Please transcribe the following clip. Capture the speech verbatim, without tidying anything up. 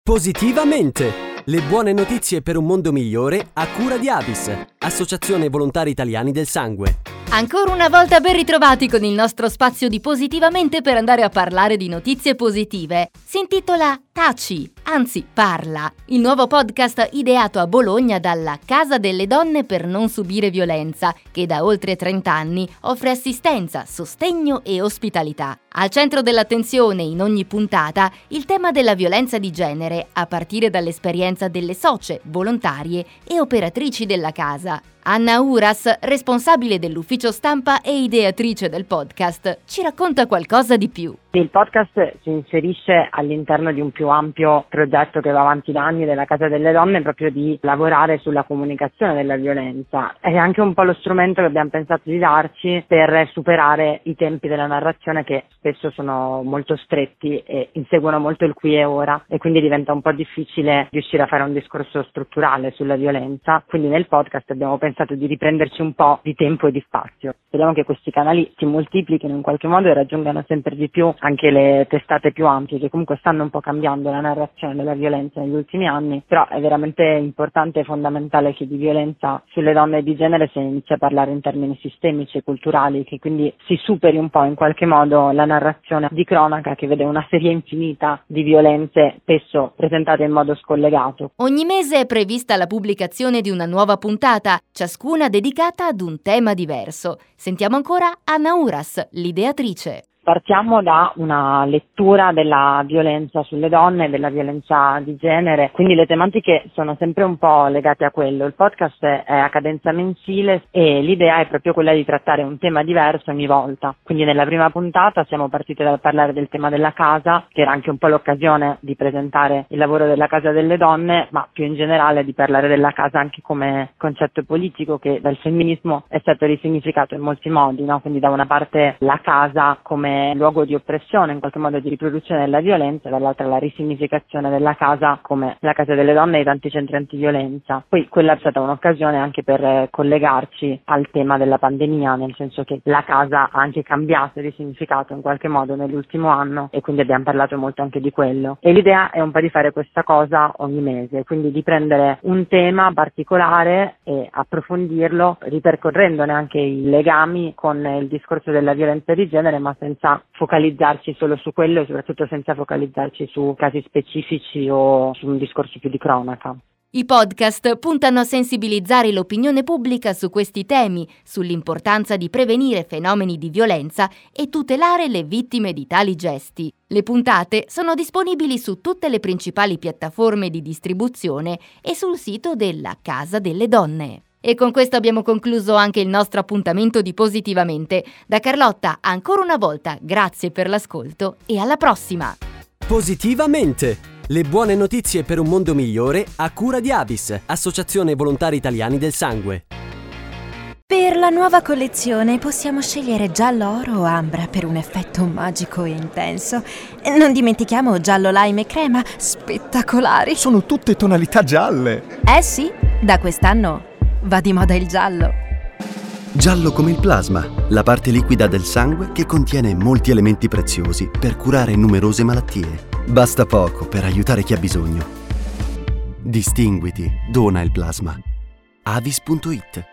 Positivamente! Le buone notizie per un mondo migliore a cura di Avis, Associazione Volontari Italiani del Sangue. Ancora una volta ben ritrovati con il nostro spazio di Positivamente per andare a parlare di notizie positive. Si intitola Taci, anzi Parla, il nuovo podcast ideato a Bologna dalla Casa delle Donne per non subire violenza, che da oltre trenta anni offre assistenza, sostegno e ospitalità. Al centro dell'attenzione in ogni puntata il tema della violenza di genere, a partire dall'esperienza delle socie, volontarie e operatrici della casa. Anna Uras, responsabile dell'ufficio stampa e ideatrice del podcast, ci racconta qualcosa di più. Il podcast si inserisce all'interno di un più ampio progetto che va avanti da anni della Casa delle Donne, proprio di lavorare sulla comunicazione della violenza. È anche un po' lo strumento che abbiamo pensato di darci per superare i tempi della narrazione, che spesso sono molto stretti e inseguono molto il qui e ora, e quindi diventa un po' difficile riuscire a fare un discorso strutturale sulla violenza. Quindi nel podcast abbiamo pensato di riprenderci un po' di tempo e di spazio. Speriamo che questi canali si moltiplichino in qualche modo e raggiungano sempre di più anche le testate più ampie, che comunque stanno un po' cambiando la narrazione della violenza negli ultimi anni, però è veramente importante e fondamentale che di violenza sulle donne e di genere si inizi a parlare in termini sistemici e culturali, che quindi si superi un po' in qualche modo la narrazione di cronaca che vede una serie infinita di violenze spesso presentate in modo scollegato. Ogni mese è prevista la pubblicazione di una nuova puntata, ciascuna dedicata ad un tema diverso. Sentiamo ancora Anna Uras, l'ideatrice. Partiamo da una lettura della violenza sulle donne, della violenza di genere, quindi le tematiche sono sempre un po' legate a quello. Il podcast è a cadenza mensile e l'idea è proprio quella di trattare un tema diverso ogni volta. Quindi nella prima puntata siamo partiti dal parlare del tema della casa, che era anche un po' l'occasione di presentare il lavoro della Casa delle Donne, ma più in generale di parlare della casa anche come concetto politico che dal femminismo è stato risignificato in molti modi, no? Quindi da una parte la casa come luogo di oppressione, in qualche modo di riproduzione della violenza, dall'altra la risignificazione della casa come la Casa delle Donne e i tanti centri antiviolenza. Poi quella è stata un'occasione anche per collegarci al tema della pandemia, nel senso che la casa ha anche cambiato di significato in qualche modo nell'ultimo anno e quindi abbiamo parlato molto anche di quello. E l'idea è un po' di fare questa cosa ogni mese, quindi di prendere un tema particolare e approfondirlo, ripercorrendone anche i legami con il discorso della violenza di genere, ma senza focalizzarci solo su quello e soprattutto senza focalizzarci su casi specifici o su un discorso più di cronaca. I podcast puntano a sensibilizzare l'opinione pubblica su questi temi, sull'importanza di prevenire fenomeni di violenza e tutelare le vittime di tali gesti. Le puntate sono disponibili su tutte le principali piattaforme di distribuzione e sul sito della Casa delle Donne. E con questo abbiamo concluso anche il nostro appuntamento di Positivamente. Da Carlotta, ancora una volta, grazie per l'ascolto e alla prossima! Positivamente! Le buone notizie per un mondo migliore a cura di Avis, Associazione Volontari Italiani del Sangue. Per la nuova collezione possiamo scegliere giallo oro o ambra per un effetto magico e intenso. Non dimentichiamo giallo lime e crema, spettacolari. Sono tutte tonalità gialle. Eh sì, da quest'anno va di moda il giallo. Giallo come il plasma, la parte liquida del sangue che contiene molti elementi preziosi per curare numerose malattie. Basta poco per aiutare chi ha bisogno. Distinguiti, dona il plasma. Avis punto it